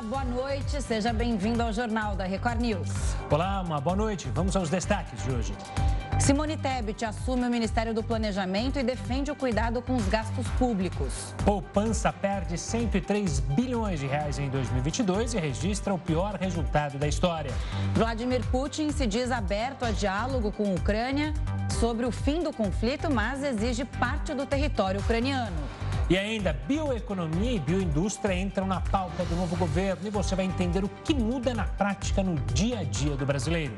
boa noite. Seja bem-vindo ao Jornal da Record News. Olá, uma boa noite. Vamos aos destaques de hoje. Simone Tebet assume o Ministério do Planejamento e defende o cuidado com os gastos públicos. Poupança perde 103 bilhões de reais em 2022 e registra o pior resultado da história. Vladimir Putin se diz aberto a diálogo com a Ucrânia sobre o fim do conflito, mas exige parte do território ucraniano. E ainda, bioeconomia e bioindústria entram na pauta do novo governo e você vai entender o que muda na prática no dia a dia do brasileiro.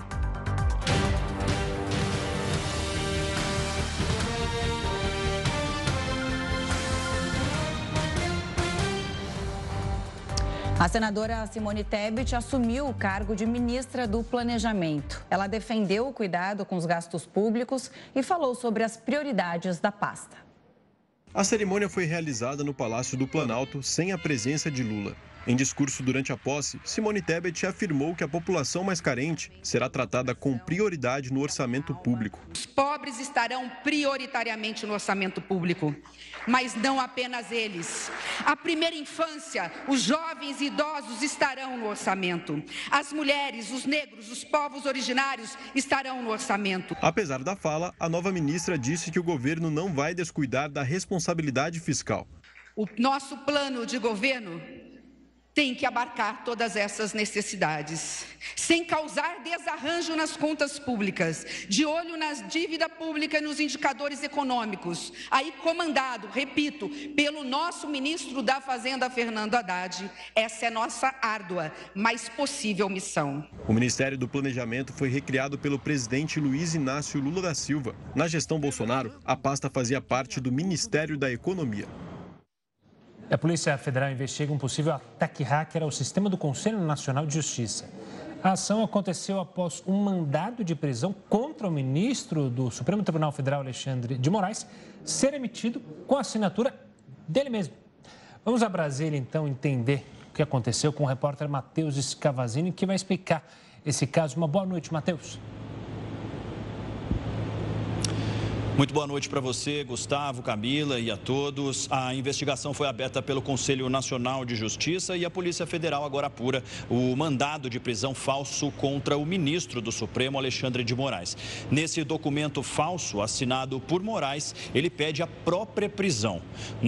A senadora Simone Tebet assumiu o cargo de ministra do Planejamento. Ela defendeu o cuidado com os gastos públicos e falou sobre as prioridades da pasta. A cerimônia foi realizada no Palácio do Planalto, sem a presença de Lula. Em discurso durante a posse, Simone Tebet afirmou que a população mais carente será tratada com prioridade no orçamento público. Os pobres estarão prioritariamente no orçamento público, mas não apenas eles. A primeira infância, os jovens e idosos estarão no orçamento. As mulheres, os negros, os povos originários estarão no orçamento. Apesar da fala, a nova ministra disse que o governo não vai descuidar da responsabilidade fiscal. O nosso plano de governo tem que abarcar todas essas necessidades, sem causar desarranjo nas contas públicas, de olho nas dívida pública e nos indicadores econômicos, aí comandado, repito, pelo nosso ministro da Fazenda, Fernando Haddad. Essa é nossa árdua, mas possível missão. O Ministério do Planejamento foi recriado pelo presidente Luiz Inácio Lula da Silva. Na gestão Bolsonaro, a pasta fazia parte do Ministério da Economia. A Polícia Federal investiga um possível ataque hacker ao sistema do Conselho Nacional de Justiça. A ação aconteceu após um mandado de prisão contra o ministro do Supremo Tribunal Federal, Alexandre de Moraes, ser emitido com a assinatura dele mesmo. Vamos a Brasília, então, entender o que aconteceu com o repórter Matheus Scavazini, que vai explicar esse caso. Uma boa noite, Matheus. Muito boa noite para você, Gustavo, Camila e a todos. A investigação foi aberta pelo Conselho Nacional de Justiça e a Polícia Federal agora apura o mandado de prisão falso contra o ministro do Supremo, Alexandre de Moraes. Nesse documento falso, assinado por Moraes, ele pede a própria prisão.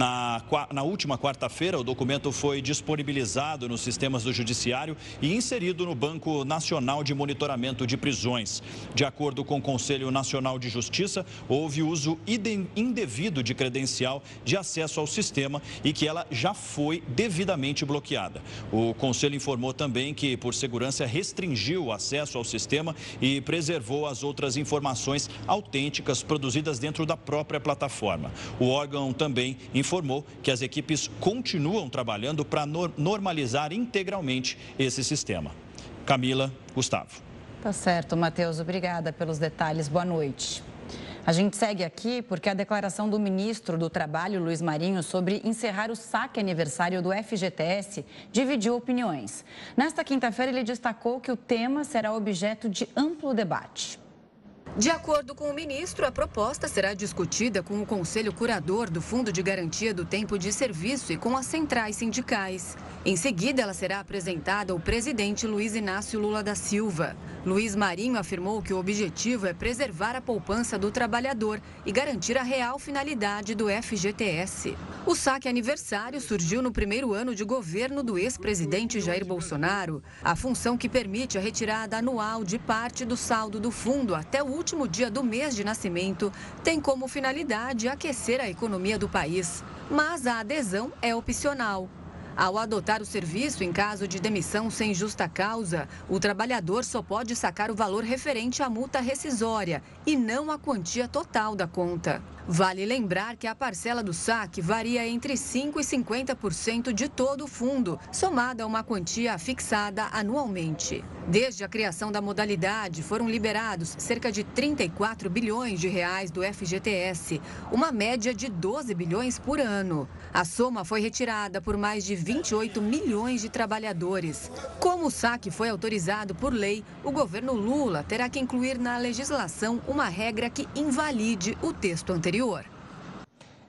Na última quarta-feira, o documento foi disponibilizado nos sistemas do Judiciário e inserido no Banco Nacional de Monitoramento de Prisões. De acordo com o Conselho Nacional de Justiça, houve uso indevido de credencial de acesso ao sistema e que ela já foi devidamente bloqueada. O Conselho informou também que, por segurança, restringiu o acesso ao sistema e preservou as outras informações autênticas produzidas dentro da própria plataforma. O órgão também informou que as equipes continuam trabalhando para normalizar integralmente esse sistema. Camila, Gustavo. Tá certo, Matheus. Obrigada pelos detalhes. Boa noite. A gente segue aqui porque a declaração do ministro do Trabalho, Luiz Marinho, sobre encerrar o saque aniversário do FGTS dividiu opiniões. Nesta quinta-feira, ele destacou que o tema será objeto de amplo debate. De acordo com o ministro, a proposta será discutida com o Conselho Curador do Fundo de Garantia do Tempo de Serviço e com as centrais sindicais. Em seguida, ela será apresentada ao presidente Luiz Inácio Lula da Silva. Luiz Marinho afirmou que o objetivo é preservar a poupança do trabalhador e garantir a real finalidade do FGTS. O saque aniversário surgiu no primeiro ano de governo do ex-presidente Jair Bolsonaro. A função que permite a retirada anual de parte do saldo do fundo até o último dia do mês de nascimento tem como finalidade aquecer a economia do país. Mas a adesão é opcional. Ao adotar o serviço em caso de demissão sem justa causa, o trabalhador só pode sacar o valor referente à multa rescisória e não a quantia total da conta. Vale lembrar que a parcela do saque varia entre 5% e 50% de todo o fundo, somada a uma quantia fixada anualmente. Desde a criação da modalidade, foram liberados cerca de 34 bilhões de reais do FGTS, uma média de 12 bilhões por ano. A soma foi retirada por mais de 28 milhões de trabalhadores. Como o saque foi autorizado por lei, o governo Lula terá que incluir na legislação uma regra que invalide o texto anterior.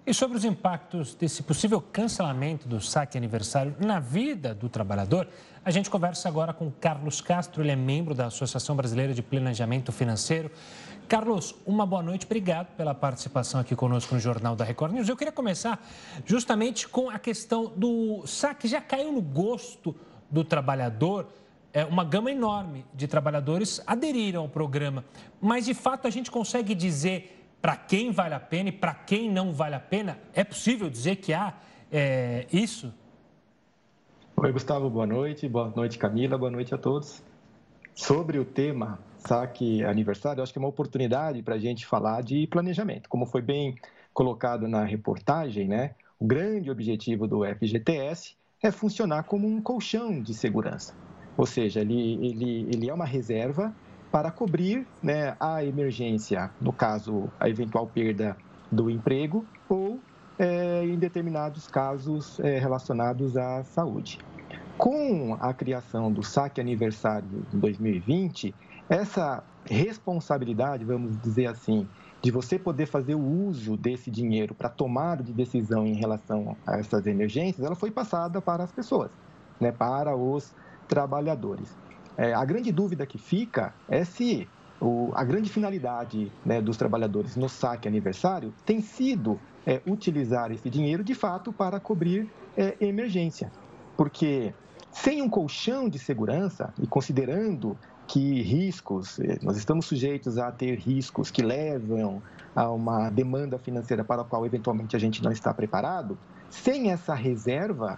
E sobre os impactos desse possível cancelamento do saque aniversário na vida do trabalhador, a gente conversa agora com Carlos Castro, ele é membro da Associação Brasileira de Planejamento Financeiro. Carlos, uma boa noite, obrigado pela participação aqui conosco no Jornal da Record News. Eu queria começar justamente com a questão do saque. Já caiu no gosto do trabalhador? Uma gama enorme de trabalhadores aderiram ao programa, mas de fato a gente consegue dizer para quem vale a pena e para quem não vale a pena? É possível dizer que há isso? Oi, Gustavo, boa noite. Boa noite, Camila. Boa noite a todos. Sobre o tema saque aniversário, eu acho que é uma oportunidade para a gente falar de planejamento. Como foi bem colocado na reportagem, né? O grande objetivo do FGTS é funcionar como um colchão de segurança. Ou seja, ele é uma reserva para cobrir, né, a emergência, no caso, a eventual perda do emprego ou em determinados casos relacionados à saúde. Com a criação do saque aniversário em 2020, essa responsabilidade, vamos dizer assim, de você poder fazer o uso desse dinheiro para tomada de decisão em relação a essas emergências, ela foi passada para as pessoas, né, para os trabalhadores. A grande dúvida que fica é se a grande finalidade, né, dos trabalhadores no saque aniversário tem sido utilizar esse dinheiro, de fato, para cobrir emergência. Porque sem um colchão de segurança e considerando que riscos, nós estamos sujeitos a ter riscos que levam a uma demanda financeira para a qual, eventualmente, a gente não está preparado, sem essa reserva,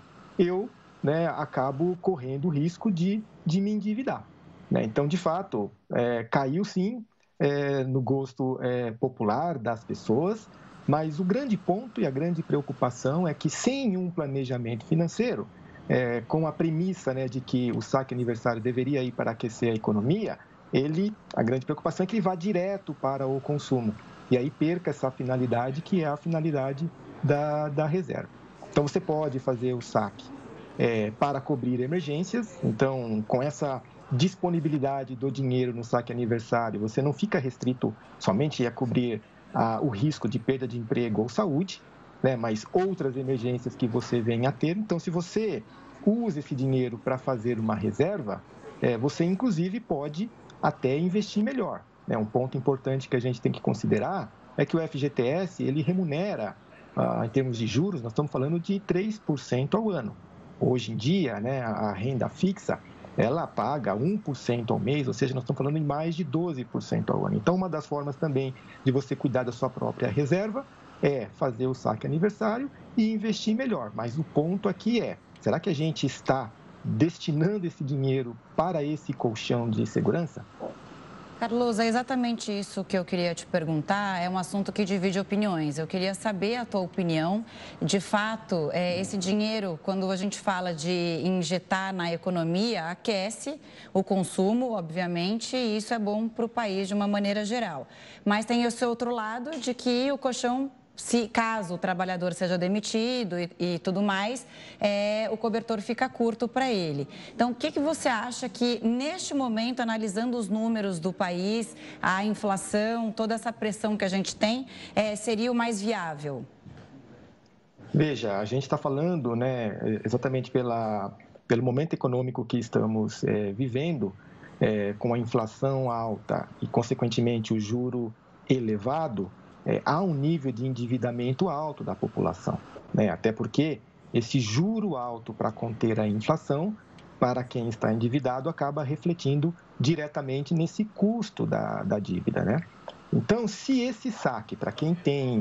acabo correndo o risco de me endividar. Né? Então, de fato, caiu sim no gosto popular das pessoas, mas o grande ponto e a grande preocupação é que sem um planejamento financeiro, com a premissa, né, de que o saque aniversário deveria ir para aquecer a economia, a grande preocupação é que ele vá direto para o consumo e aí perca essa finalidade que é a finalidade da reserva. Então, você pode fazer o saque para cobrir emergências. Então, com essa disponibilidade do dinheiro no saque aniversário, você não fica restrito somente a cobrir o risco de perda de emprego ou saúde, né, mas outras emergências que você venha a ter. Então, se você usa esse dinheiro para fazer uma reserva, você, inclusive, pode até investir melhor. Né? Um ponto importante que a gente tem que considerar é que o FGTS, ele remunera, em termos de juros, nós estamos falando de 3% ao ano. Hoje em dia, né, a renda fixa, ela paga 1% ao mês, ou seja, nós estamos falando em mais de 12% ao ano. Então, uma das formas também de você cuidar da sua própria reserva é fazer o saque aniversário e investir melhor. Mas o ponto aqui será que a gente está destinando esse dinheiro para esse colchão de segurança? Carlos, é exatamente isso que eu queria te perguntar. É um assunto que divide opiniões. Eu queria saber a tua opinião. De fato, esse dinheiro, quando a gente fala de injetar na economia, aquece o consumo, obviamente, e isso é bom para o país de uma maneira geral. Mas tem o seu outro lado de que o colchão, caso o trabalhador seja demitido e tudo mais, o cobertor fica curto para ele. Então, o que você acha que, neste momento, analisando os números do país, a inflação, toda essa pressão que a gente tem, seria o mais viável? Veja, a gente está falando, né, exatamente pelo momento econômico que estamos vivendo, com a inflação alta e, consequentemente, o juro elevado, há um nível de endividamento alto da população, né? Até porque esse juro alto para conter a inflação, para quem está endividado, acaba refletindo diretamente nesse custo da dívida, né? Então, se esse saque, para quem tem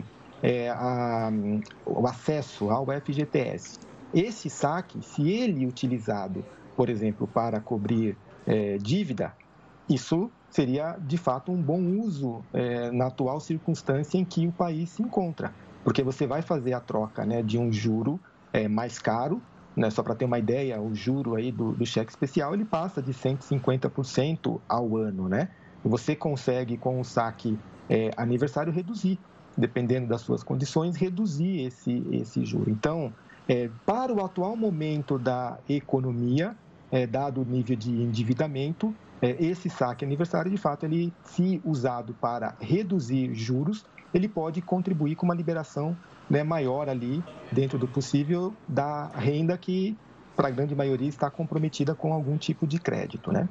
o acesso ao FGTS, esse saque, se ele utilizado, por exemplo, para cobrir dívida, isso seria, de fato, um bom uso na atual circunstância em que o país se encontra. Porque você vai fazer a troca, né, de um juro mais caro, né, só para ter uma ideia, o juro aí do cheque especial, ele passa de 150% ao ano, né? E você consegue, com o saque aniversário, reduzir, dependendo das suas condições, reduzir esse juro. Então, para o atual momento da economia, dado o nível de endividamento, esse saque aniversário, de fato, ele, se usado para reduzir juros, ele pode contribuir com uma liberação né, maior ali, dentro do possível, da renda que, para a grande maioria, está comprometida com algum tipo de crédito, né?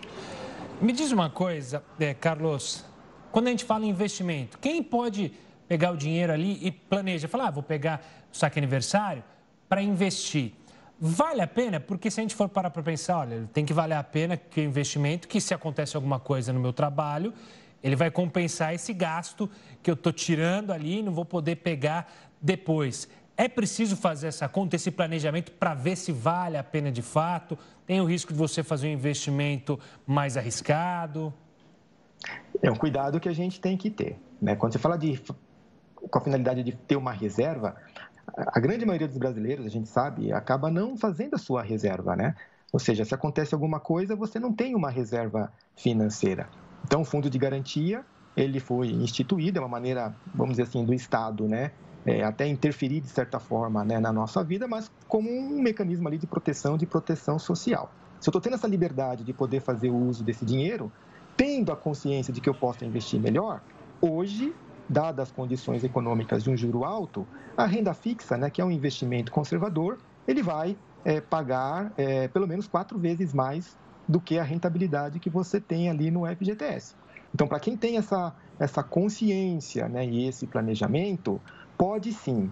Me diz uma coisa, Carlos, quando a gente fala em investimento, quem pode pegar o dinheiro ali e planeja, falar, vou pegar o saque aniversário para investir? Vale a pena? Porque se a gente for parar para pensar, olha, tem que valer a pena que o investimento, que se acontece alguma coisa no meu trabalho, ele vai compensar esse gasto que eu estou tirando ali e não vou poder pegar depois. É preciso fazer essa conta, esse planejamento para ver se vale a pena de fato? Tem o risco de você fazer um investimento mais arriscado? É um cuidado que a gente tem que ter, né? Quando você fala com a finalidade de ter uma reserva, a grande maioria dos brasileiros, a gente sabe, acaba não fazendo a sua reserva, né? Ou seja, se acontece alguma coisa, você não tem uma reserva financeira. Então, o fundo de garantia, ele foi instituído, é uma maneira, vamos dizer assim, do Estado, né? Até interferir, de certa forma, né, na nossa vida, mas como um mecanismo ali de proteção social. Se eu estou tendo essa liberdade de poder fazer o uso desse dinheiro, tendo a consciência de que eu posso investir melhor, hoje, dadas as condições econômicas de um juro alto, a renda fixa, né, que é um investimento conservador, ele vai pagar pelo menos 4 vezes mais do que a rentabilidade que você tem ali no FGTS. Então, para quem tem essa consciência, né, e esse planejamento, pode sim,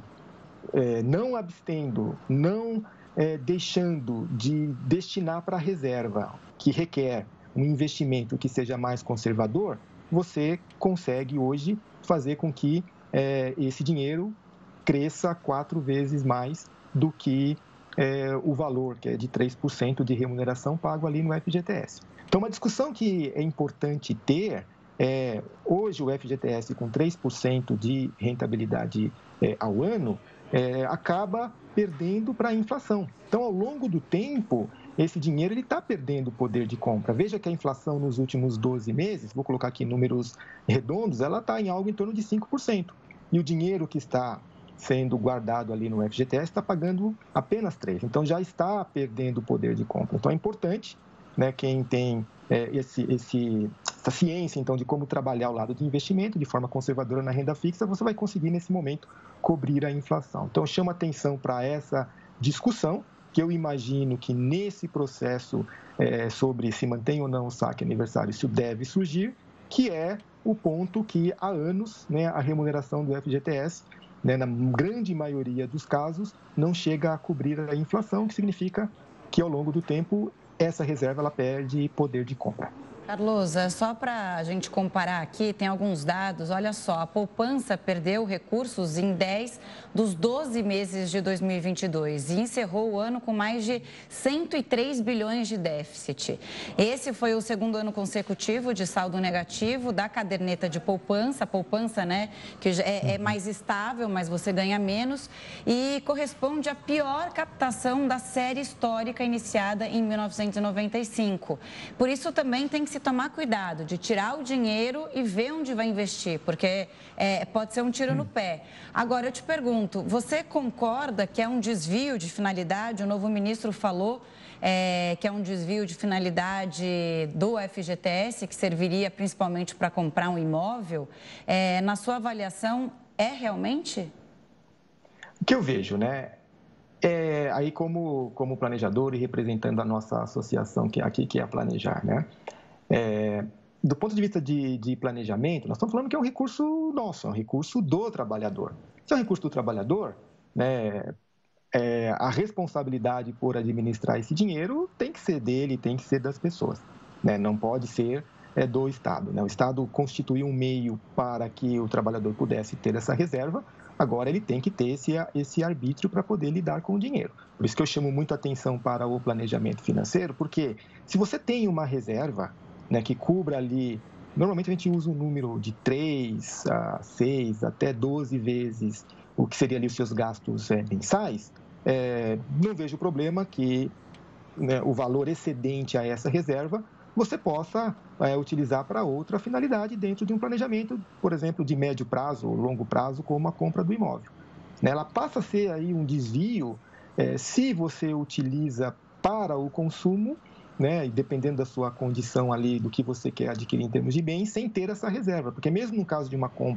não abstendo, não deixando de destinar para a reserva, que requer um investimento que seja mais conservador, você consegue hoje fazer com que esse dinheiro cresça 4 vezes mais do que o valor, que é de 3% de remuneração pago ali no FGTS. Então, uma discussão que é importante ter hoje o FGTS com 3% de rentabilidade ao ano acaba perdendo para a inflação. Então, ao longo do tempo, esse dinheiro está perdendo o poder de compra. Veja que a inflação nos últimos 12 meses, vou colocar aqui números redondos, ela está em algo em torno de 5%. E o dinheiro que está sendo guardado ali no FGTS está pagando apenas 3%. Então, já está perdendo o poder de compra. Então, é importante, né, quem tem essa ciência, então, de como trabalhar o lado de investimento de forma conservadora na renda fixa, você vai conseguir, nesse momento, cobrir a inflação. Então, eu chamo atenção para essa discussão, que eu imagino que nesse processo sobre se mantém ou não o saque aniversário, isso deve surgir, que é o ponto que há anos, né, a remuneração do FGTS, né, na grande maioria dos casos, não chega a cobrir a inflação, que significa que ao longo do tempo essa reserva ela perde poder de compra. Carlos, só para a gente comparar aqui, tem alguns dados. Olha só, a poupança perdeu recursos em 10 dos 12 meses de 2022 e encerrou o ano com mais de 103 bilhões de déficit. Esse foi o segundo ano consecutivo de saldo negativo da caderneta de poupança, a poupança, né, que é mais estável, mas você ganha menos, e corresponde à pior captação da série histórica iniciada em 1995. Por isso também tem que se tomar cuidado de tirar o dinheiro e ver onde vai investir, porque pode ser um tiro no pé. Agora, eu te pergunto, você concorda que é um desvio de finalidade? O novo ministro falou que é um desvio de finalidade do FGTS, que serviria principalmente para comprar um imóvel. Na sua avaliação, é realmente? O que eu vejo, né? Aí como planejador e representando a nossa associação que é a Planejar, né? Do ponto de vista de planejamento, nós estamos falando que é um recurso nosso, é um recurso do trabalhador. Se é um recurso do trabalhador, né, a responsabilidade por administrar esse dinheiro tem que ser dele, tem que ser das pessoas, né? Não pode ser do Estado, né? O Estado constituiu um meio para que o trabalhador pudesse ter essa reserva, agora ele tem que ter esse arbítrio para poder lidar com o dinheiro. Por isso que eu chamo muito atenção para o planejamento financeiro, porque se você tem uma reserva, né, que cubra ali, normalmente a gente usa um número de 3 a 6 até 12 vezes o que seria ali os seus gastos mensais, não vejo problema que, né, o valor excedente a essa reserva você possa utilizar para outra finalidade dentro de um planejamento, por exemplo, de médio prazo ou longo prazo, como a compra do imóvel. Ela passa a ser aí um desvio se você utiliza para o consumo, né, e dependendo da sua condição ali, do que você quer adquirir em termos de bens, sem ter essa reserva. Porque mesmo no caso de uma compra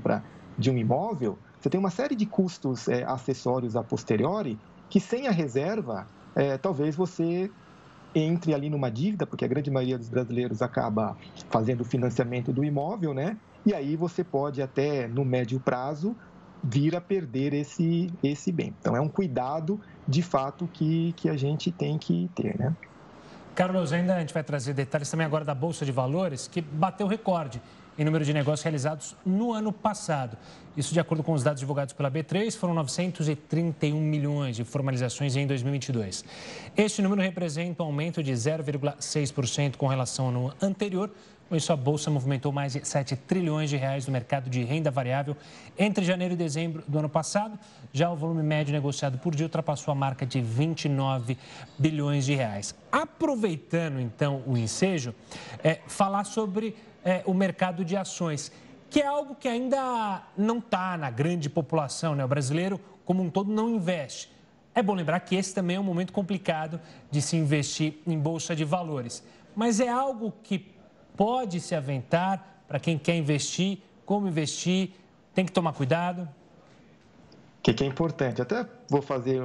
de um imóvel, você tem uma série de custos acessórios a posteriori que sem a reserva, talvez você entre ali numa dívida, porque a grande maioria dos brasileiros acaba fazendo o financiamento do imóvel, né? E aí você pode até, no médio prazo, vir a perder esse bem. Então, é um cuidado, de fato, que a gente tem que ter, né? Carlos, ainda a gente vai trazer detalhes também agora da Bolsa de Valores, que bateu recorde em número de negócios realizados no ano passado. Isso de acordo com os dados divulgados pela B3, foram 931 milhões de formalizações em 2022. Este número representa um aumento de 0,6% com relação ao ano anterior. Com isso, a Bolsa movimentou mais de 7 trilhões de reais no mercado de renda variável entre janeiro e dezembro do ano passado. Já o volume médio negociado por dia ultrapassou a marca de 29 bilhões de reais. Aproveitando, então, o ensejo, falar sobre o mercado de ações, que é algo que ainda não está na grande população, né? O brasileiro, como um todo, não investe. É bom lembrar que esse também é um momento complicado de se investir em bolsa de valores. Mas é algo que pode se aventar para quem quer investir, como investir, tem que tomar cuidado. O que é importante, até vou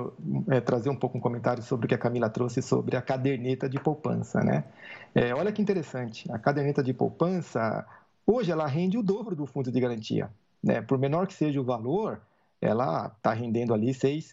trazer um pouco um comentário sobre o que a Camila trouxe sobre a caderneta de poupança, né? Olha que interessante, a caderneta de poupança, hoje ela rende o dobro do fundo de garantia, né? Por menor que seja o valor, ela está rendendo ali 6%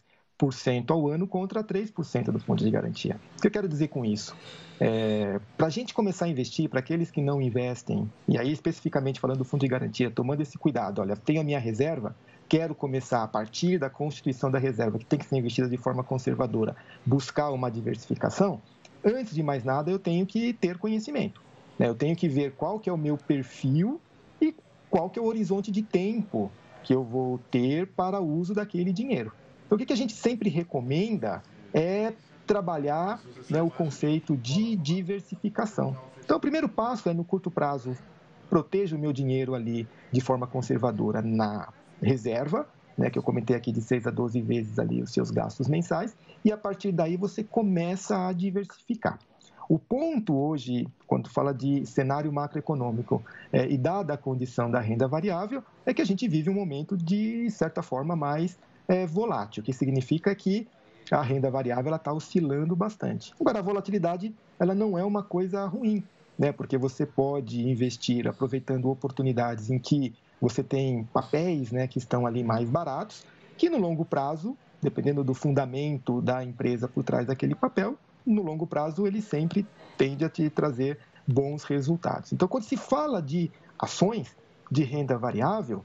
ao ano contra 3% do fundo de garantia. O que eu quero dizer com isso? Para a gente começar a investir, para aqueles que não investem, e aí especificamente falando do fundo de garantia, tomando esse cuidado, olha, tenho a minha reserva, quero começar a partir da constituição da reserva, que tem que ser investida de forma conservadora, buscar uma diversificação, antes de mais nada eu tenho que ter conhecimento, né? Eu tenho que ver qual que é o meu perfil e qual que é o horizonte de tempo que eu vou ter para o uso daquele dinheiro. Então, o que a gente sempre recomenda é trabalhar, né, o conceito de diversificação. Então, o primeiro passo é, no curto prazo, proteja o meu dinheiro ali de forma conservadora na reserva, né, que eu comentei aqui de 6 a 12 vezes ali os seus gastos mensais, e a partir daí você começa a diversificar. O ponto hoje, quando fala de cenário macroeconômico e dada a condição da renda variável, é que a gente vive um momento de certa forma mais volátil, o que significa que a renda variável está oscilando bastante. Agora, a volatilidade ela não é uma coisa ruim, né? Porque você pode investir aproveitando oportunidades em que você tem papéis, né, que estão ali mais baratos, que no longo prazo, dependendo do fundamento da empresa por trás daquele papel, no longo prazo ele sempre tende a te trazer bons resultados. Então, quando se fala de ações de renda variável,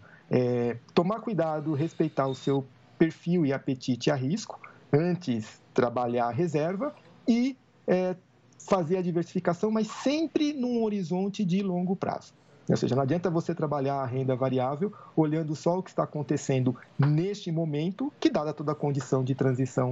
tomar cuidado, respeitar o seu perfil e apetite a risco, antes trabalhar a reserva e fazer a diversificação, mas sempre num horizonte de longo prazo. Ou seja, não adianta você trabalhar a renda variável olhando só o que está acontecendo neste momento, que dada toda a condição de transição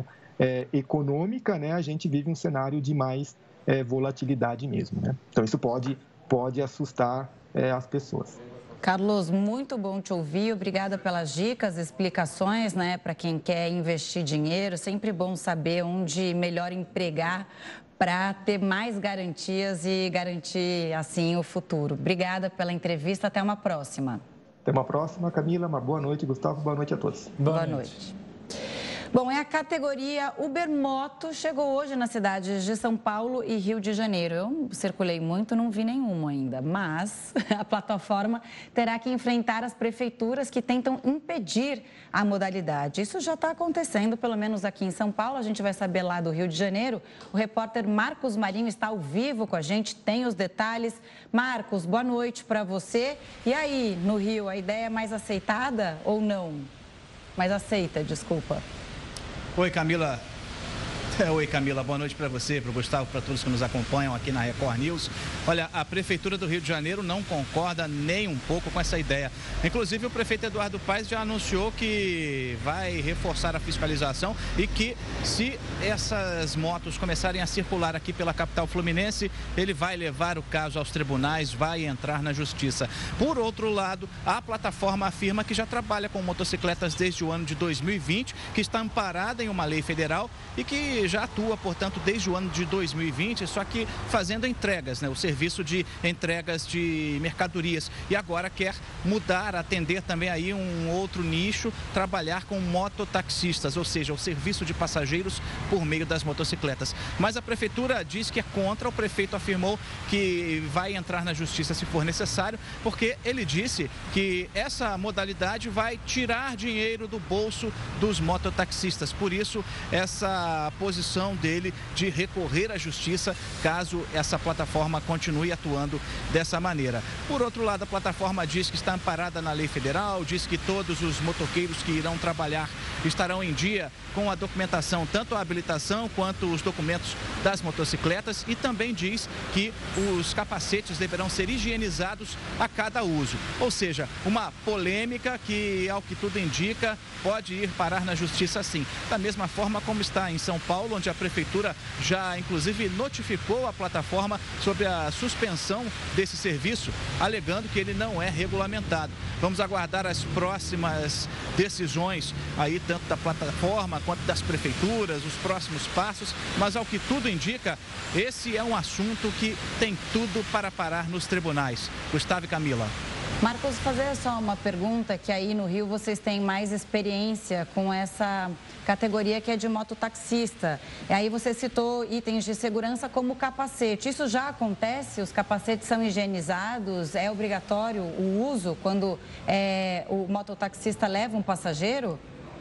econômica, né, a gente vive um cenário de mais volatilidade mesmo, né? Então, isso pode assustar as pessoas. Carlos, muito bom te ouvir. Obrigada pelas dicas, explicações, né, para quem quer investir dinheiro. Sempre bom saber onde melhor empregar para ter mais garantias e garantir, assim, o futuro. Obrigada pela entrevista. Até uma próxima. Até uma próxima, Camila. Uma boa noite, Gustavo. Boa noite a todos. Boa noite. Bom, a categoria Uber Moto chegou hoje nas cidades de São Paulo e Rio de Janeiro. Eu circulei muito, não vi nenhum ainda, mas a plataforma terá que enfrentar as prefeituras que tentam impedir a modalidade. Isso já está acontecendo, pelo menos aqui em São Paulo. A gente vai saber lá do Rio de Janeiro. O repórter Marcos Marinho está ao vivo com a gente, tem os detalhes. Marcos, boa noite para você. E aí, no Rio, a ideia é mais aceitada ou não? Mais aceita, desculpa. Oi, Camila. Oi, Camila. Boa noite para você, para o Gustavo, para todos que nos acompanham aqui na Record News. Olha, a Prefeitura do Rio de Janeiro não concorda nem um pouco com essa ideia. Inclusive, o prefeito Eduardo Paes já anunciou que vai reforçar a fiscalização e que, se essas motos começarem a circular aqui pela capital fluminense, ele vai levar o caso aos tribunais, vai entrar na justiça. Por outro lado, a plataforma afirma que já trabalha com motocicletas desde o ano de 2020, que está amparada em uma lei federal e que que já atua, portanto, desde o ano de 2020, só que fazendo entregas, né? O serviço de entregas de mercadorias. E agora quer mudar, atender também aí um outro nicho, trabalhar com mototaxistas, ou seja, o serviço de passageiros por meio das motocicletas. Mas a prefeitura diz que é contra. O prefeito afirmou que vai entrar na justiça se for necessário, porque ele disse que essa modalidade vai tirar dinheiro do bolso dos mototaxistas. Por isso, essa posição dele de recorrer à justiça caso essa plataforma continue atuando dessa maneira. Por outro lado, a plataforma diz que está amparada na lei federal, diz que todos os motoqueiros que irão trabalhar estarão em dia com a documentação, tanto a habilitação quanto os documentos das motocicletas, e também diz que os capacetes deverão ser higienizados a cada uso. Ou seja, uma polêmica que, ao que tudo indica, pode ir parar na justiça sim. Da mesma forma como está em São Paulo, onde a prefeitura já inclusive notificou a plataforma sobre a suspensão desse serviço, alegando que ele não é regulamentado. Vamos aguardar as próximas decisões aí, tanto da plataforma quanto das prefeituras, os próximos passos, mas ao que tudo indica, esse é um assunto que tem tudo para parar nos tribunais. Gustavo e Camila. Marcos, fazer só uma pergunta, que aí no Rio vocês têm mais experiência com essa categoria que é de mototaxista. E aí você citou itens de segurança como capacete. Isso já acontece? Os capacetes são higienizados? É obrigatório o uso quando o mototaxista leva um passageiro?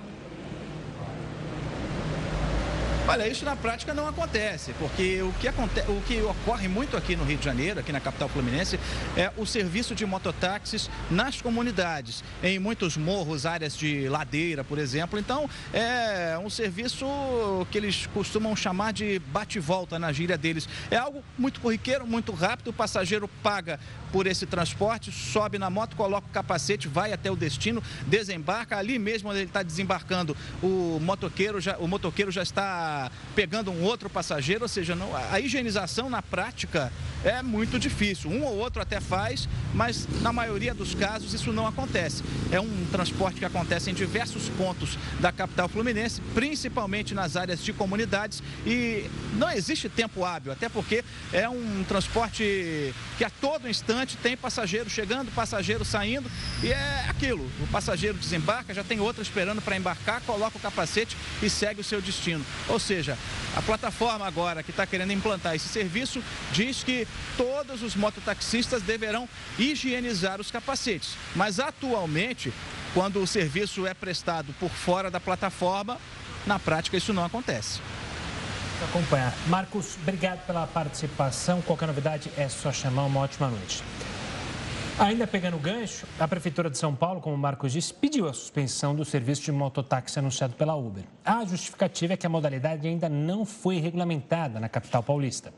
Olha, isso na prática não acontece, porque o que ocorre muito aqui no Rio de Janeiro, aqui na capital fluminense, é o serviço de mototáxis nas comunidades, em muitos morros, áreas de ladeira, por exemplo. Então, é um serviço que eles costumam chamar de bate-volta na gíria deles. É algo muito corriqueiro, muito rápido, o passageiro paga por esse transporte, sobe na moto, coloca o capacete, vai até o destino, desembarca. Ali mesmo onde ele está desembarcando, o motoqueiro já está pegando um outro passageiro, ou seja, a higienização na prática é muito difícil. Um ou outro até faz, mas na maioria dos casos isso não acontece. É um transporte que acontece em diversos pontos da capital fluminense, principalmente nas áreas de comunidades, e não existe tempo hábil, até porque é um transporte que a todo instante tem passageiro chegando, passageiro saindo, e é aquilo, o passageiro desembarca, já tem outro esperando para embarcar, coloca o capacete e segue o seu destino. Ou seja, a plataforma agora que está querendo implantar esse serviço diz que todos os mototaxistas deverão higienizar os capacetes, mas atualmente, quando o serviço é prestado por fora da plataforma, na prática isso não acontece. Acompanhar. Marcos, obrigado pela participação. Qualquer novidade é só chamar. Uma ótima noite. Ainda pegando o gancho, a Prefeitura de São Paulo, como o Marcos disse, pediu a suspensão do serviço de mototáxi anunciado pela Uber. A justificativa é que a modalidade ainda não foi regulamentada na capital paulista.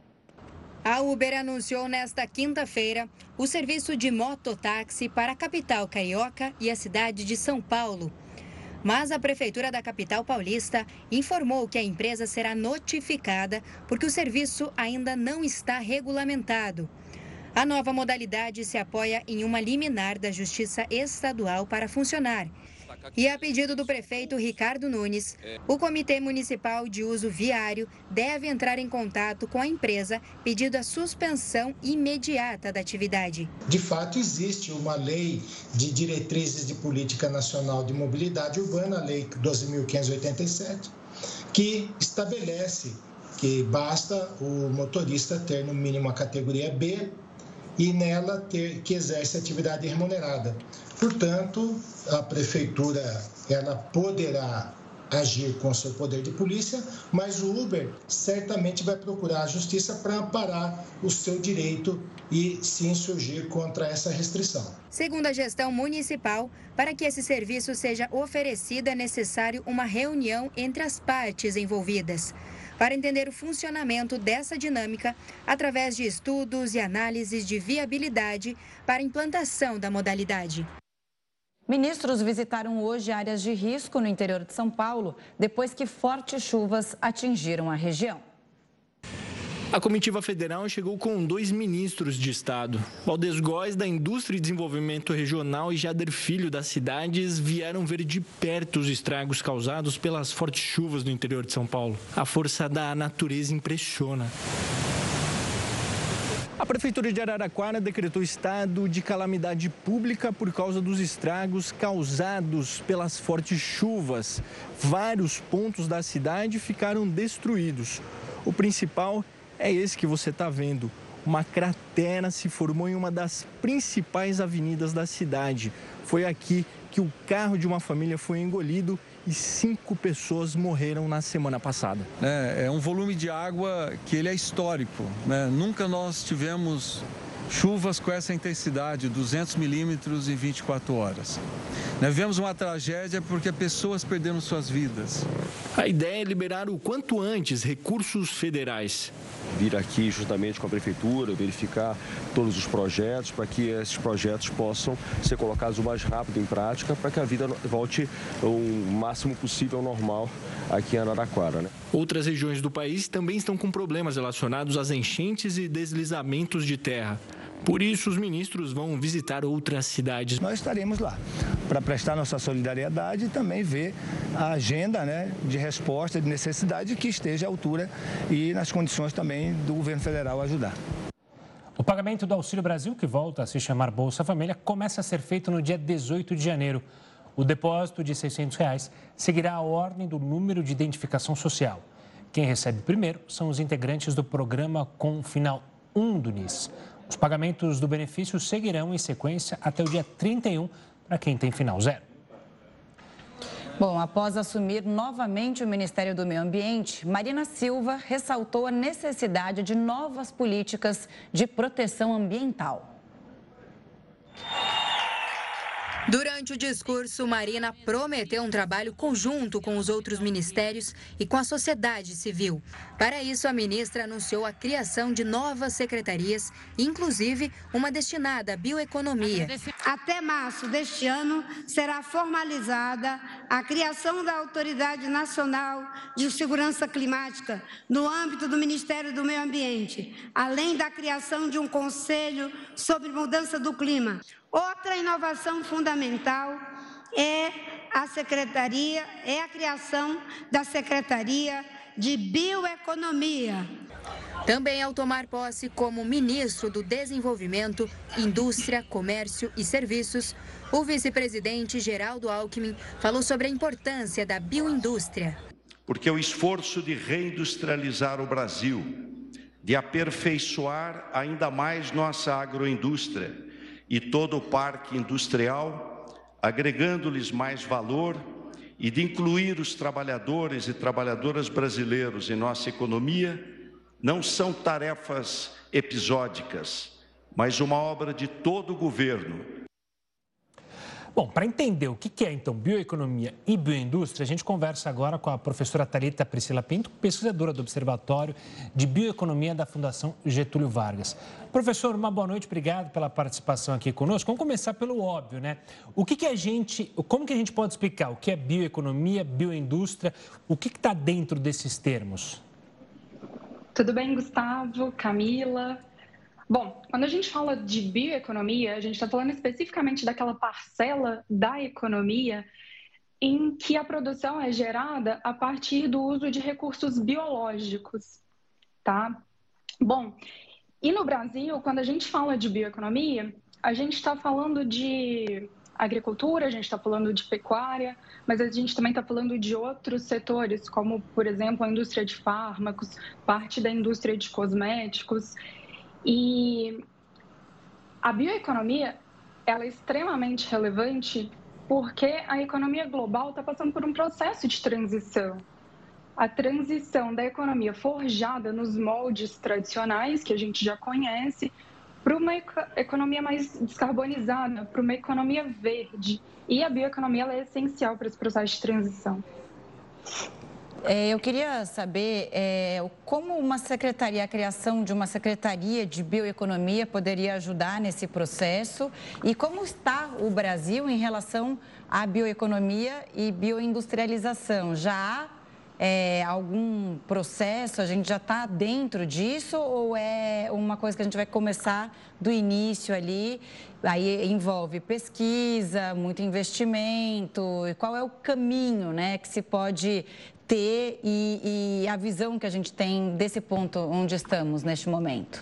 A Uber anunciou nesta quinta-feira o serviço de mototáxi para a capital carioca e a cidade de São Paulo. Mas a Prefeitura da capital paulista informou que a empresa será notificada porque o serviço ainda não está regulamentado. A nova modalidade se apoia em uma liminar da Justiça Estadual para funcionar. E a pedido do prefeito Ricardo Nunes, o Comitê Municipal de Uso Viário deve entrar em contato com a empresa pedindo a suspensão imediata da atividade. De fato, existe uma lei de diretrizes de política nacional de mobilidade urbana, a Lei 12.587, que estabelece que basta o motorista ter no mínimo a categoria B e nela que exerce atividade remunerada. Portanto, a prefeitura ela poderá agir com seu poder de polícia, mas o Uber certamente vai procurar a justiça para amparar o seu direito e se insurgir contra essa restrição. Segundo a gestão municipal, para que esse serviço seja oferecido é necessário uma reunião entre as partes envolvidas, para entender o funcionamento dessa dinâmica através de estudos e análises de viabilidade para a implantação da modalidade. Ministros visitaram hoje áreas de risco no interior de São Paulo, depois que fortes chuvas atingiram a região. A comitiva federal chegou com 2 ministros de Estado. Valdez Góes, da Indústria e Desenvolvimento Regional, e Jader Filho, das Cidades, vieram ver de perto os estragos causados pelas fortes chuvas no interior de São Paulo. A força da natureza impressiona. A Prefeitura de Araraquara decretou estado de calamidade pública por causa dos estragos causados pelas fortes chuvas. Vários pontos da cidade ficaram destruídos. O principal é esse que você está vendo. Uma cratera se formou em uma das principais avenidas da cidade. Foi aqui que o carro de uma família foi engolido e 5 pessoas morreram na semana passada. É um volume de água que ele é histórico, né? Nunca nós tivemos chuvas com essa intensidade, 200 milímetros em 24 horas. Nós vivemos uma tragédia porque pessoas perderam suas vidas. A ideia é liberar o quanto antes recursos federais. Vir aqui justamente com a Prefeitura, verificar todos os projetos, para que esses projetos possam ser colocados o mais rápido em prática, para que a vida volte o máximo possível ao normal aqui em Araraquara, né? Outras regiões do país também estão com problemas relacionados às enchentes e deslizamentos de terra. Por isso, os ministros vão visitar outras cidades. Nós estaremos lá para prestar nossa solidariedade e também ver a agenda, né, de resposta, de necessidade que esteja à altura e nas condições também do governo federal ajudar. O pagamento do Auxílio Brasil, que volta a se chamar Bolsa Família, começa a ser feito no dia 18 de janeiro. O depósito de R$ 600 seguirá a ordem do número de identificação social. Quem recebe primeiro são os integrantes do programa com final 1 do NIS. Os pagamentos do benefício seguirão em sequência até o dia 31 para quem tem final 0. Bom, após assumir novamente o Ministério do Meio Ambiente, Marina Silva ressaltou a necessidade de novas políticas de proteção ambiental. Durante o discurso, Marina prometeu um trabalho conjunto com os outros ministérios e com a sociedade civil. Para isso, a ministra anunciou a criação de novas secretarias, inclusive uma destinada à bioeconomia. Até março deste ano, será formalizada a criação da Autoridade Nacional de Segurança Climática no âmbito do Ministério do Meio Ambiente, além da criação de um Conselho sobre Mudança do Clima. Outra inovação fundamental é a criação da Secretaria de Bioeconomia. Também ao tomar posse como ministro do Desenvolvimento, Indústria, Comércio e Serviços, o vice-presidente Geraldo Alckmin falou sobre a importância da bioindústria. Porque o esforço de reindustrializar o Brasil, de aperfeiçoar ainda mais nossa agroindústria e todo o parque industrial, agregando-lhes mais valor e de incluir os trabalhadores e trabalhadoras brasileiros em nossa economia, não são tarefas episódicas, mas uma obra de todo o governo. Bom, para entender o que é, então, bioeconomia e bioindústria, a gente conversa agora com a professora Thalita Priscila Pinto, pesquisadora do Observatório de Bioeconomia da Fundação Getúlio Vargas. Professor, uma boa noite, obrigado pela participação aqui conosco. Vamos começar pelo óbvio, né? Como que a gente pode explicar o que é bioeconomia, bioindústria, o que está dentro desses termos? Tudo bem, Gustavo, Camila? Bom, quando a gente fala de bioeconomia, a gente está falando especificamente daquela parcela da economia em que a produção é gerada a partir do uso de recursos biológicos, tá? Bom, e no Brasil, quando a gente fala de bioeconomia, a gente está falando de agricultura, a gente está falando de pecuária, mas a gente também está falando de outros setores, como, por exemplo, a indústria de fármacos, parte da indústria de cosméticos. E a bioeconomia, ela é extremamente relevante porque a economia global está passando por um processo de transição. A transição da economia forjada nos moldes tradicionais, que a gente já conhece, para uma economia mais descarbonizada, para uma economia verde. E a bioeconomia ela é essencial para esse processo de transição. Eu queria saber como a criação de uma secretaria de bioeconomia poderia ajudar nesse processo e como está o Brasil em relação à bioeconomia e bioindustrialização. Já há algum processo? A gente já está dentro disso ou é uma coisa que a gente vai começar do início ali? Aí envolve pesquisa, muito investimento. E qual é o caminho, né, que se pode ter e a visão que a gente tem desse ponto onde estamos neste momento?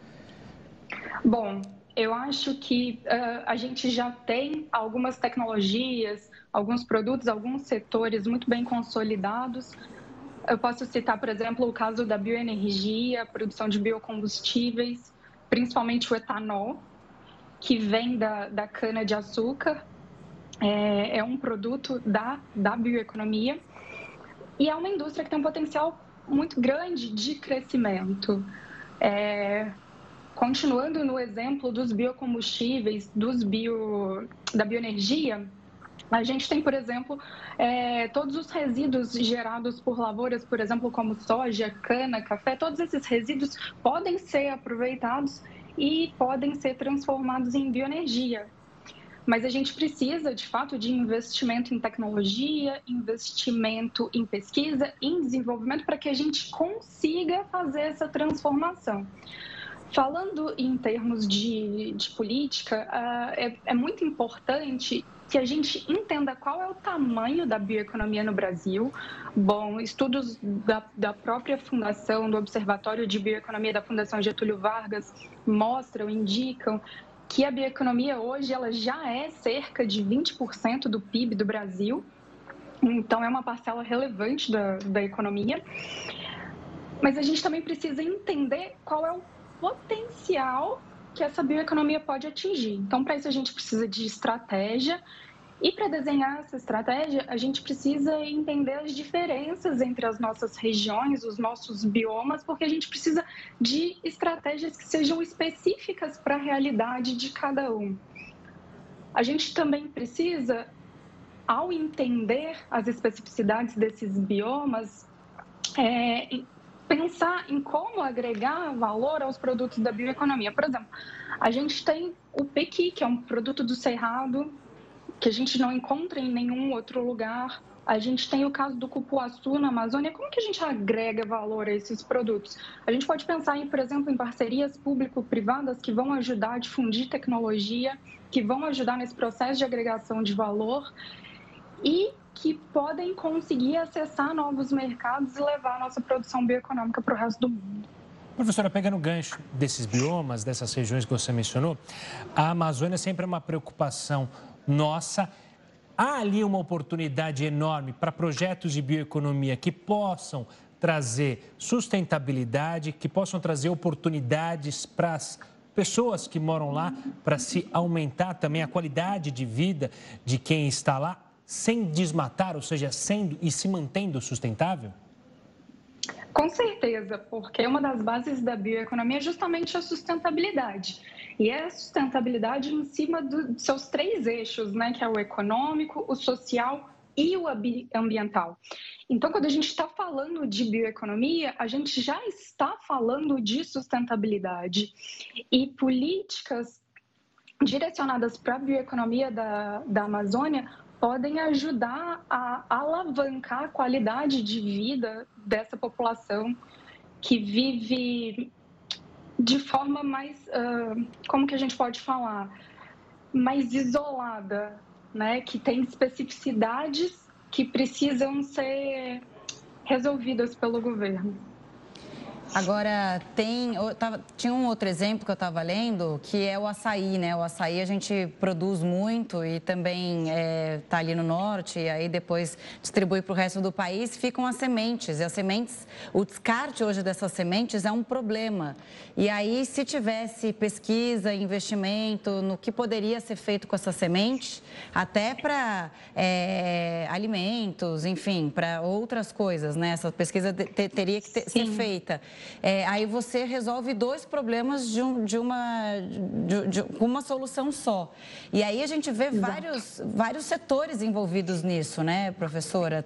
Bom, eu acho que a gente já tem algumas tecnologias, alguns produtos, alguns setores muito bem consolidados. Eu posso citar, por exemplo, o caso da bioenergia, a produção de biocombustíveis, principalmente o etanol, que vem da cana-de-açúcar. É um produto da bioeconomia e é uma indústria que tem um potencial muito grande de crescimento. Continuando no exemplo dos biocombustíveis, da bioenergia, a gente tem, por exemplo, todos os resíduos gerados por lavouras, por exemplo, como soja, cana, café, todos esses resíduos podem ser aproveitados e podem ser transformados em bioenergia. Mas a gente precisa, de fato, de investimento em tecnologia, investimento em pesquisa, em desenvolvimento, para que a gente consiga fazer essa transformação. Falando em termos de política, é muito importante que a gente entenda qual é o tamanho da bioeconomia no Brasil. Bom, estudos da própria fundação, do Observatório de Bioeconomia da Fundação Getúlio Vargas, indicam que a bioeconomia hoje ela já é cerca de 20% do PIB do Brasil. Então, é uma parcela relevante da economia. Mas a gente também precisa entender qual é o potencial que essa bioeconomia pode atingir. Então, para isso, a gente precisa de estratégia. E para desenhar essa estratégia, a gente precisa entender as diferenças entre as nossas regiões, os nossos biomas, porque a gente precisa de estratégias que sejam específicas para a realidade de cada um. A gente também precisa, ao entender as especificidades desses biomas, pensar em como agregar valor aos produtos da bioeconomia. Por exemplo, a gente tem o pequi, que é um produto do cerrado, que a gente não encontra em nenhum outro lugar. A gente tem o caso do cupuaçu na Amazônia. Como que a gente agrega valor a esses produtos? A gente pode pensar, por exemplo, em parcerias público-privadas que vão ajudar a difundir tecnologia, que vão ajudar nesse processo de agregação de valor e que podem conseguir acessar novos mercados e levar a nossa produção bioeconômica para o resto do mundo. Professora, pegando o gancho desses biomas, dessas regiões que você mencionou, a Amazônia sempre é uma preocupação nossa. Há ali uma oportunidade enorme para projetos de bioeconomia que possam trazer sustentabilidade, que possam trazer oportunidades para as pessoas que moram lá, para se aumentar também a qualidade de vida de quem está lá, sem desmatar, ou seja, sendo e se mantendo sustentável? Com certeza, porque uma das bases da bioeconomia é justamente a sustentabilidade. E é a sustentabilidade em cima dos seus três eixos, né? Que é o econômico, o social e o ambiental. Então, quando a gente está falando de bioeconomia, a gente já está falando de sustentabilidade. E políticas direcionadas para a bioeconomia da Amazônia podem ajudar a alavancar a qualidade de vida dessa população que vive de forma mais, como que a gente pode falar, mais isolada, né? Que tem especificidades que precisam ser resolvidas pelo governo. Agora, tinha um outro exemplo que eu estava lendo, que é o açaí, né? O açaí a gente produz muito e também está ali no norte, e aí depois distribui para o resto do país, ficam as sementes. E as sementes, o descarte hoje dessas sementes é um problema. E aí, se tivesse pesquisa, investimento no que poderia ser feito com essa semente, até para alimentos, enfim, para outras coisas, né? Essa pesquisa teria que ser feita. Aí você resolve dois problemas de uma solução só. E aí a gente vê vários setores envolvidos nisso, né, professora?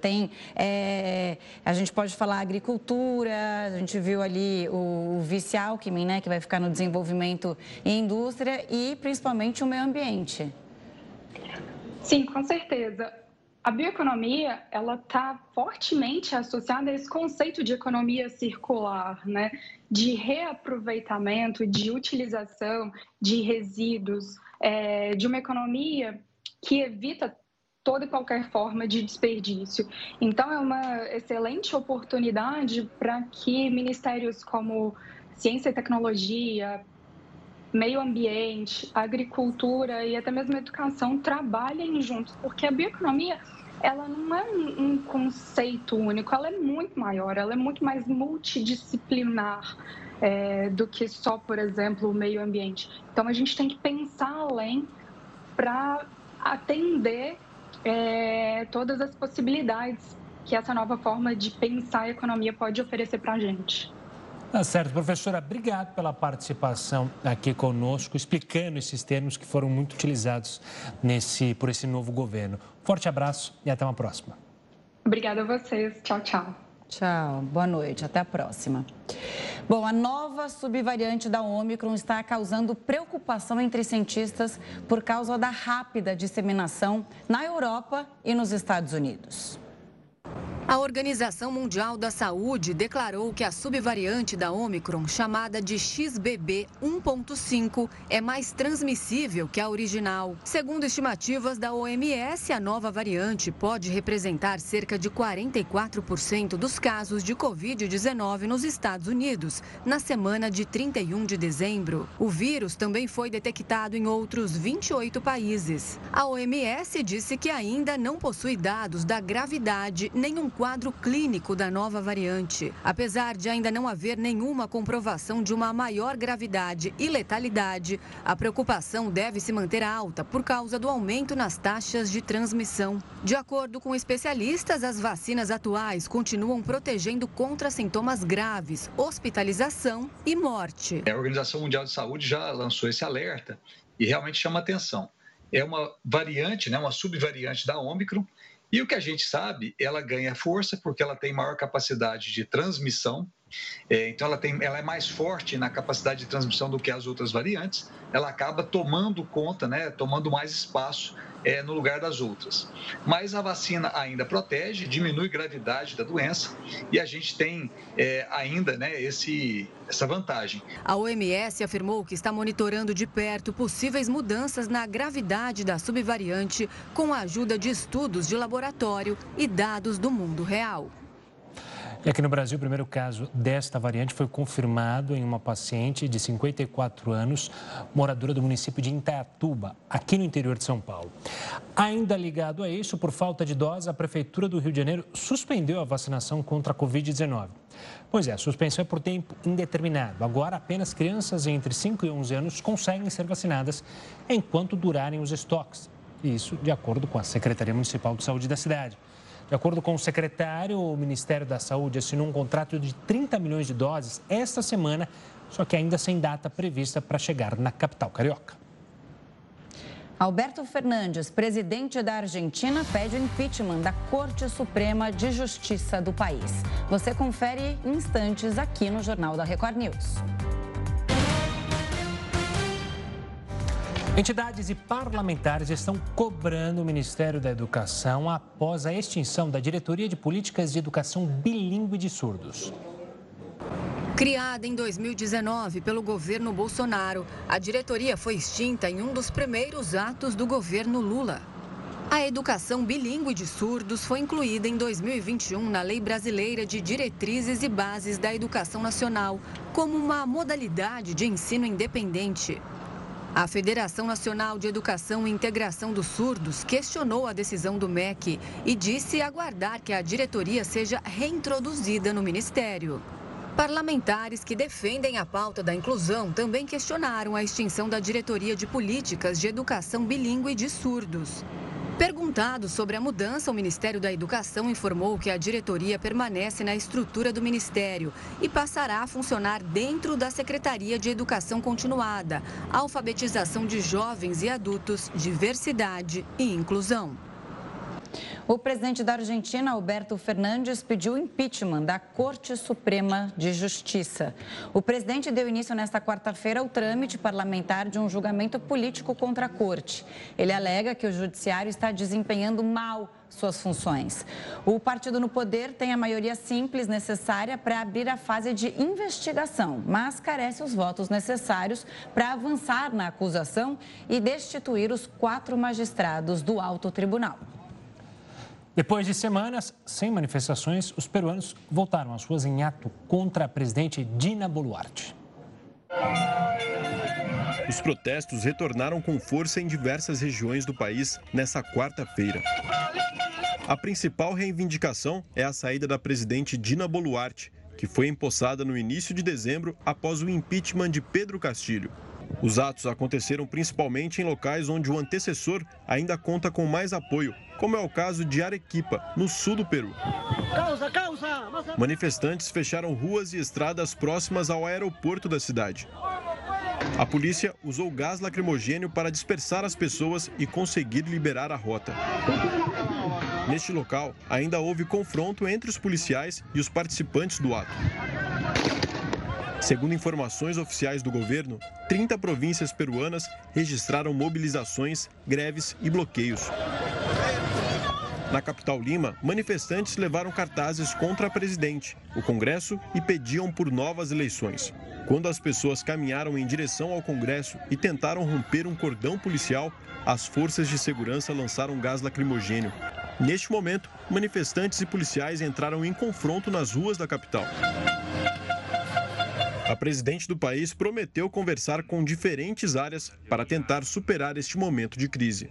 A gente pode falar agricultura, a gente viu ali o Vice-Alckmin, né, que vai ficar no desenvolvimento e indústria e principalmente o meio ambiente. Sim, com certeza. A bioeconomia, ela está fortemente associada a esse conceito de economia circular, né? De reaproveitamento, de utilização de resíduos, de uma economia que evita toda e qualquer forma de desperdício. Então, é uma excelente oportunidade para que ministérios como Ciência e Tecnologia, Meio Ambiente, Agricultura e até mesmo Educação trabalhem juntos, porque a bioeconomia, ela não é um conceito único, ela é muito maior, ela é muito mais multidisciplinar do que só, por exemplo, o meio ambiente. Então, a gente tem que pensar além para atender todas as possibilidades que essa nova forma de pensar a economia pode oferecer para a gente. Tá certo, professora, obrigado pela participação aqui conosco, explicando esses termos que foram muito utilizados por esse novo governo. Forte abraço e até uma próxima. Obrigada a vocês. Tchau, tchau. Tchau, boa noite, até a próxima. Bom, a nova subvariante da Ômicron está causando preocupação entre cientistas por causa da rápida disseminação na Europa e nos Estados Unidos. A Organização Mundial da Saúde declarou que a subvariante da Ômicron, chamada de XBB 1.5, é mais transmissível que a original. Segundo estimativas da OMS, a nova variante pode representar cerca de 44% dos casos de Covid-19 nos Estados Unidos, na semana de 31 de dezembro. O vírus também foi detectado em outros 28 países. A OMS disse que ainda não possui dados da gravidade nem um quadro clínico da nova variante. Apesar de ainda não haver nenhuma comprovação de uma maior gravidade e letalidade, a preocupação deve se manter alta por causa do aumento nas taxas de transmissão. De acordo com especialistas, as vacinas atuais continuam protegendo contra sintomas graves, hospitalização e morte. A Organização Mundial de Saúde já lançou esse alerta e realmente chama atenção. É uma variante, uma subvariante da Ômicron. E o que a gente sabe, ela ganha força porque ela tem maior capacidade de transmissão. Então, ela é mais forte na capacidade de transmissão do que as outras variantes. Ela acaba tomando conta, tomando mais espaço no lugar das outras. Mas a vacina ainda protege, diminui a gravidade da doença e a gente tem ainda essa vantagem. A OMS afirmou que está monitorando de perto possíveis mudanças na gravidade da subvariante com a ajuda de estudos de laboratório e dados do mundo real. E aqui no Brasil, o primeiro caso desta variante foi confirmado em uma paciente de 54 anos, moradora do município de Indaiatuba, aqui no interior de São Paulo. Ainda ligado a isso, por falta de dose, a Prefeitura do Rio de Janeiro suspendeu a vacinação contra a Covid-19. Pois é, a suspensão é por tempo indeterminado. Agora, apenas crianças entre 5 e 11 anos conseguem ser vacinadas enquanto durarem os estoques. Isso de acordo com a Secretaria Municipal de Saúde da cidade. De acordo com o secretário, o Ministério da Saúde assinou um contrato de 30 milhões de doses esta semana, só que ainda sem data prevista para chegar na capital carioca. Alberto Fernandes, presidente da Argentina, pede o impeachment da Corte Suprema de Justiça do país. Você confere em instantes aqui no Jornal da Record News. Entidades e parlamentares estão cobrando o Ministério da Educação após a extinção da Diretoria de Políticas de Educação Bilíngue de Surdos. Criada em 2019 pelo governo Bolsonaro, a diretoria foi extinta em um dos primeiros atos do governo Lula. A educação bilíngue de surdos foi incluída em 2021 na Lei Brasileira de Diretrizes e Bases da Educação Nacional, como uma modalidade de ensino independente. A Federação Nacional de Educação e Integração dos Surdos questionou a decisão do MEC e disse aguardar que a diretoria seja reintroduzida no Ministério. Parlamentares que defendem a pauta da inclusão também questionaram a extinção da Diretoria de Políticas de Educação Bilíngue de Surdos. Perguntado sobre a mudança, o Ministério da Educação informou que a diretoria permanece na estrutura do Ministério e passará a funcionar dentro da Secretaria de Educação Continuada, Alfabetização de Jovens e Adultos, Diversidade e Inclusão. O presidente da Argentina, Alberto Fernandes, pediu impeachment da Corte Suprema de Justiça. O presidente deu início nesta quarta-feira ao trâmite parlamentar de um julgamento político contra a Corte. Ele alega que o judiciário está desempenhando mal suas funções. O partido no poder tem a maioria simples necessária para abrir a fase de investigação, mas carece os votos necessários para avançar na acusação e destituir os 4 magistrados do alto tribunal. Depois de semanas sem manifestações, os peruanos voltaram às ruas em ato contra a presidente Dina Boluarte. Os protestos retornaram com força em diversas regiões do país nesta quarta-feira. A principal reivindicação é a saída da presidente Dina Boluarte, que foi empossada no início de dezembro após o impeachment de Pedro Castillo. Os atos aconteceram principalmente em locais onde o antecessor ainda conta com mais apoio, como é o caso de Arequipa, no sul do Peru. Manifestantes fecharam ruas e estradas próximas ao aeroporto da cidade. A polícia usou gás lacrimogênio para dispersar as pessoas e conseguir liberar a rota. Neste local, ainda houve confronto entre os policiais e os participantes do ato. Segundo informações oficiais do governo, 30 províncias peruanas registraram mobilizações, greves e bloqueios. Na capital Lima, manifestantes levaram cartazes contra a presidente, o Congresso e pediam por novas eleições. Quando as pessoas caminharam em direção ao Congresso e tentaram romper um cordão policial, as forças de segurança lançaram gás lacrimogênio. Neste momento, manifestantes e policiais entraram em confronto nas ruas da capital. A presidente do país prometeu conversar com diferentes áreas para tentar superar este momento de crise.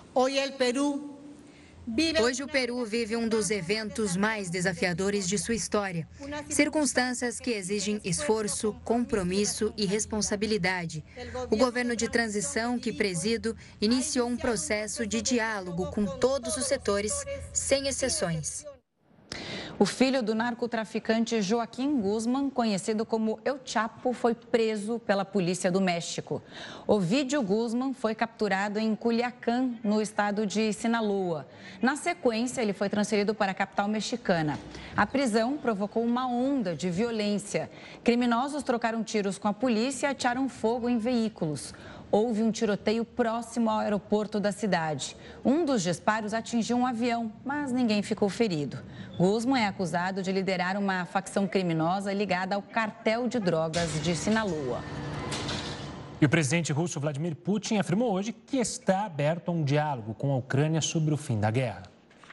Hoje o Peru vive um dos eventos mais desafiadores de sua história. Circunstâncias que exigem esforço, compromisso e responsabilidade. O governo de transição que presido iniciou um processo de diálogo com todos os setores, sem exceções. O filho do narcotraficante Joaquim Guzmán, conhecido como El Chapo, foi preso pela polícia do México. Ovidio Guzmán foi capturado em Culiacán, no estado de Sinaloa. Na sequência, ele foi transferido para a capital mexicana. A prisão provocou uma onda de violência. Criminosos trocaram tiros com a polícia e atearam fogo em veículos. Houve um tiroteio próximo ao aeroporto da cidade. Um dos disparos atingiu um avião, mas ninguém ficou ferido. Guzmán é acusado de liderar uma facção criminosa ligada ao cartel de drogas de Sinaloa. E o presidente russo Vladimir Putin afirmou hoje que está aberto a um diálogo com a Ucrânia sobre o fim da guerra.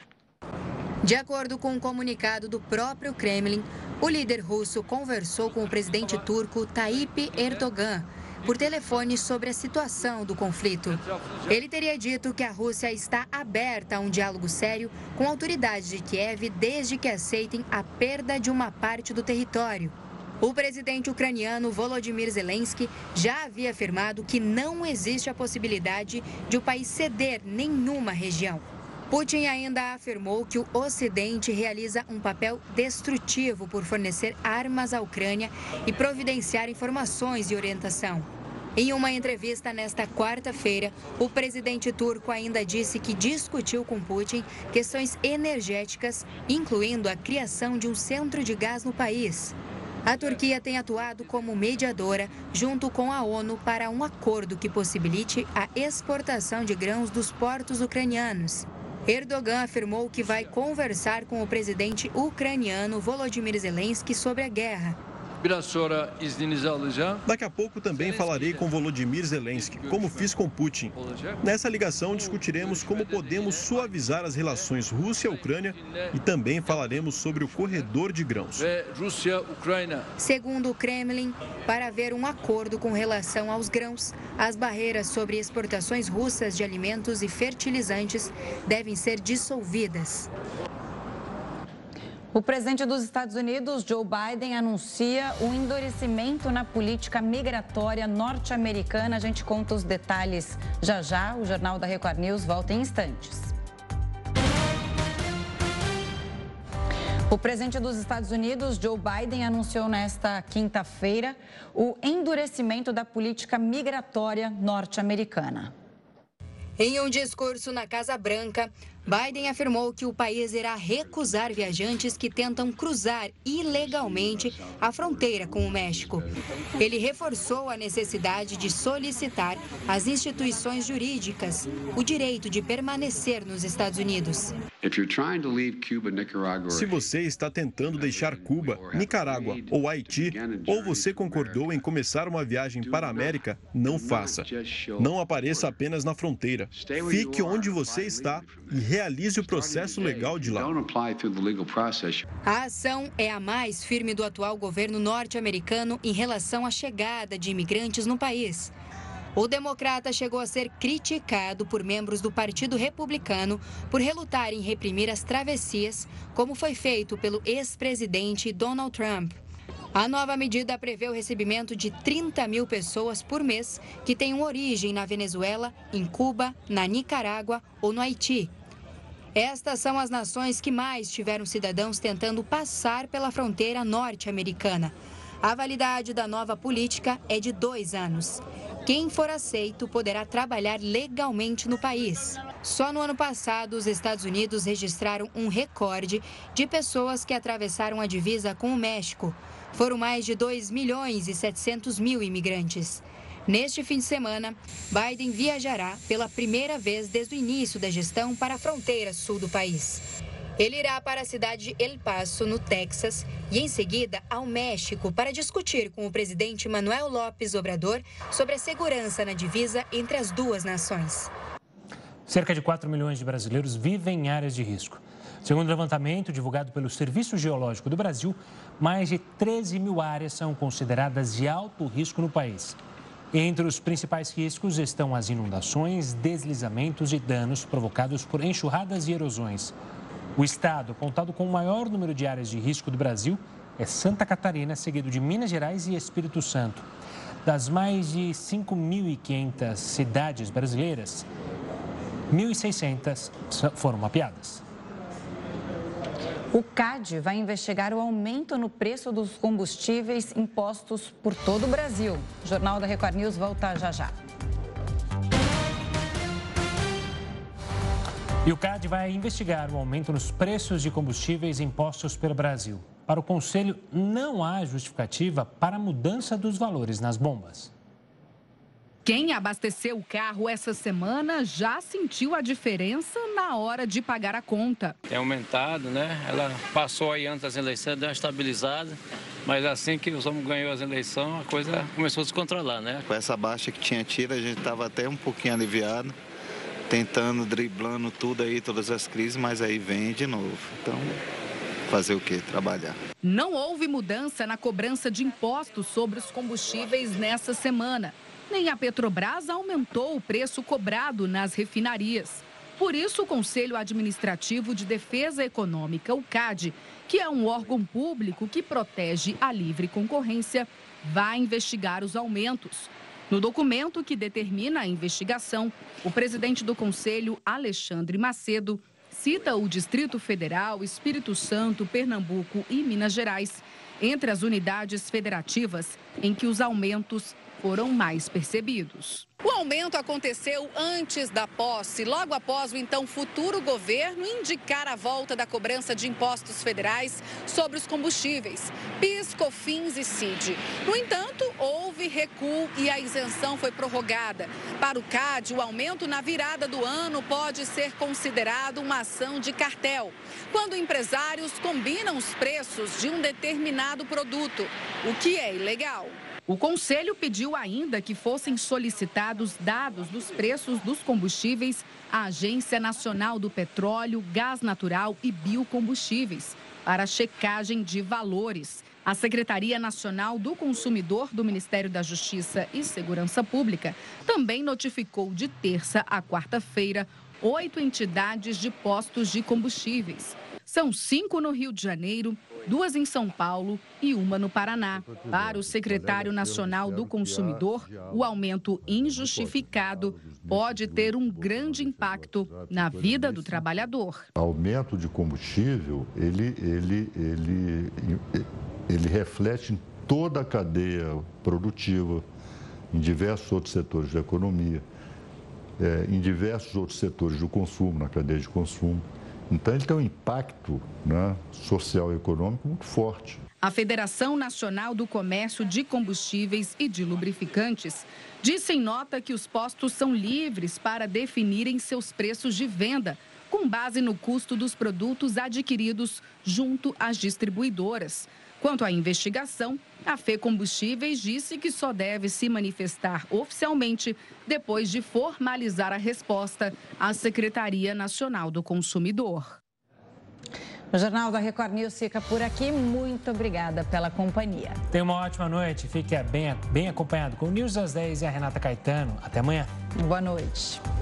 De acordo com um comunicado do próprio Kremlin, o líder russo conversou com o presidente turco Tayyip Erdogan por telefone sobre a situação do conflito. Ele teria dito que a Rússia está aberta a um diálogo sério com autoridades de Kiev desde que aceitem a perda de uma parte do território. O presidente ucraniano Volodymyr Zelensky já havia afirmado que não existe a possibilidade de o país ceder nenhuma região. Putin ainda afirmou que o Ocidente realiza um papel destrutivo por fornecer armas à Ucrânia e providenciar informações e orientação. Em uma entrevista nesta quarta-feira, o presidente turco ainda disse que discutiu com Putin questões energéticas, incluindo a criação de um centro de gás no país. A Turquia tem atuado como mediadora junto com a ONU para um acordo que possibilite a exportação de grãos dos portos ucranianos. Erdogan afirmou que vai conversar com o presidente ucraniano Volodymyr Zelensky sobre a guerra. Daqui a pouco também falarei com Volodymyr Zelensky, como fiz com Putin. Nessa ligação discutiremos como podemos suavizar as relações Rússia-Ucrânia e também falaremos sobre o corredor de grãos. Segundo o Kremlin, para haver um acordo com relação aos grãos, as barreiras sobre exportações russas de alimentos e fertilizantes devem ser dissolvidas. O presidente dos Estados Unidos, Joe Biden, anuncia um endurecimento na política migratória norte-americana. A gente conta os detalhes já já. O Jornal da Record News volta em instantes. O presidente dos Estados Unidos, Joe Biden, anunciou nesta quinta-feira o endurecimento da política migratória norte-americana. Em um discurso na Casa Branca, Biden afirmou que o país irá recusar viajantes que tentam cruzar ilegalmente a fronteira com o México. Ele reforçou a necessidade de solicitar às instituições jurídicas o direito de permanecer nos Estados Unidos. Se você está tentando deixar Cuba, Nicarágua ou Haiti, ou você concordou em começar uma viagem para a América, não faça. Não apareça apenas na fronteira. Fique onde você está e realize o processo legal de lá. A ação é a mais firme do atual governo norte-americano em relação à chegada de imigrantes no país. O democrata chegou a ser criticado por membros do Partido Republicano por relutar em reprimir as travessias, como foi feito pelo ex-presidente Donald Trump. A nova medida prevê o recebimento de 30 mil pessoas por mês que tenham origem na Venezuela, em Cuba, na Nicarágua ou no Haiti. Estas são as nações que mais tiveram cidadãos tentando passar pela fronteira norte-americana. A validade da nova política é de 2 anos. Quem for aceito poderá trabalhar legalmente no país. Só no ano passado, os Estados Unidos registraram um recorde de pessoas que atravessaram a divisa com o México. Foram mais de 2.700.000 imigrantes. Neste fim de semana, Biden viajará pela primeira vez desde o início da gestão para a fronteira sul do país. Ele irá para a cidade de El Paso, no Texas, e em seguida ao México para discutir com o presidente Manuel López Obrador sobre a segurança na divisa entre as duas nações. Cerca de 4 milhões de brasileiros vivem em áreas de risco. Segundo o levantamento divulgado pelo Serviço Geológico do Brasil, mais de 13 mil áreas são consideradas de alto risco no país. Entre os principais riscos estão as inundações, deslizamentos e danos provocados por enxurradas e erosões. O estado, apontado com o maior número de áreas de risco do Brasil, é Santa Catarina, seguido de Minas Gerais e Espírito Santo. Das mais de 5.500 cidades brasileiras, 1.600 foram mapeadas. O CAD vai investigar o aumento no preço dos combustíveis impostos por todo o Brasil. O Jornal da Record News volta já já. E o CAD vai investigar o aumento nos preços de combustíveis impostos pelo Brasil. Para o Conselho, não há justificativa para a mudança dos valores nas bombas. Quem abasteceu o carro essa semana já sentiu a diferença na hora de pagar a conta. Tem aumentado, né? Ela passou aí antes das eleições, deu uma estabilizada, mas assim que os homens ganhou as eleições, a coisa começou a se controlar, né? Com essa baixa que tinha tido, a gente estava até um pouquinho aliviado, tentando, driblando tudo aí, todas as crises, mas aí vem de novo. Então, fazer o quê? Trabalhar. Não houve mudança na cobrança de impostos sobre os combustíveis nessa semana. Nem a Petrobras aumentou o preço cobrado nas refinarias. Por isso, o Conselho Administrativo de Defesa Econômica, o CAD, que é um órgão público que protege a livre concorrência, vai investigar os aumentos. No documento que determina a investigação, o presidente do Conselho, Alexandre Macedo, cita o Distrito Federal, Espírito Santo, Pernambuco e Minas Gerais entre as unidades federativas em que os aumentos foram mais percebidos. O aumento aconteceu antes da posse, logo após o então futuro governo indicar a volta da cobrança de impostos federais sobre os combustíveis, PIS, COFINS e CID. No entanto, houve recuo e a isenção foi prorrogada. Para o CAD, o aumento na virada do ano pode ser considerado uma ação de cartel, quando empresários combinam os preços de um determinado produto, o que é ilegal. O Conselho pediu ainda que fossem solicitados dados dos preços dos combustíveis à Agência Nacional do Petróleo, Gás Natural e Biocombustíveis para checagem de valores. A Secretaria Nacional do Consumidor do Ministério da Justiça e Segurança Pública também notificou de terça a quarta-feira 8 entidades de postos de combustíveis. São 5 no Rio de Janeiro, 2 em São Paulo e 1 no Paraná. Para o secretário nacional do Consumidor, o aumento injustificado pode ter um grande impacto na vida do trabalhador. O aumento de combustível, ele reflete em toda a cadeia produtiva, em diversos outros setores da economia. em diversos outros setores do consumo, na cadeia de consumo. Então, ele tem um impacto, né, social e econômico muito forte. A Federação Nacional do Comércio de Combustíveis e de Lubrificantes disse em nota que os postos são livres para definirem seus preços de venda, com base no custo dos produtos adquiridos junto às distribuidoras. Quanto à investigação, a FECombustíveis disse que só deve se manifestar oficialmente depois de formalizar a resposta à Secretaria Nacional do Consumidor. O Jornal da Record News fica por aqui. Muito obrigada pela companhia. Tenha uma ótima noite. Fique bem acompanhado com o News às 10 e a Renata Caetano. Até amanhã. Boa noite.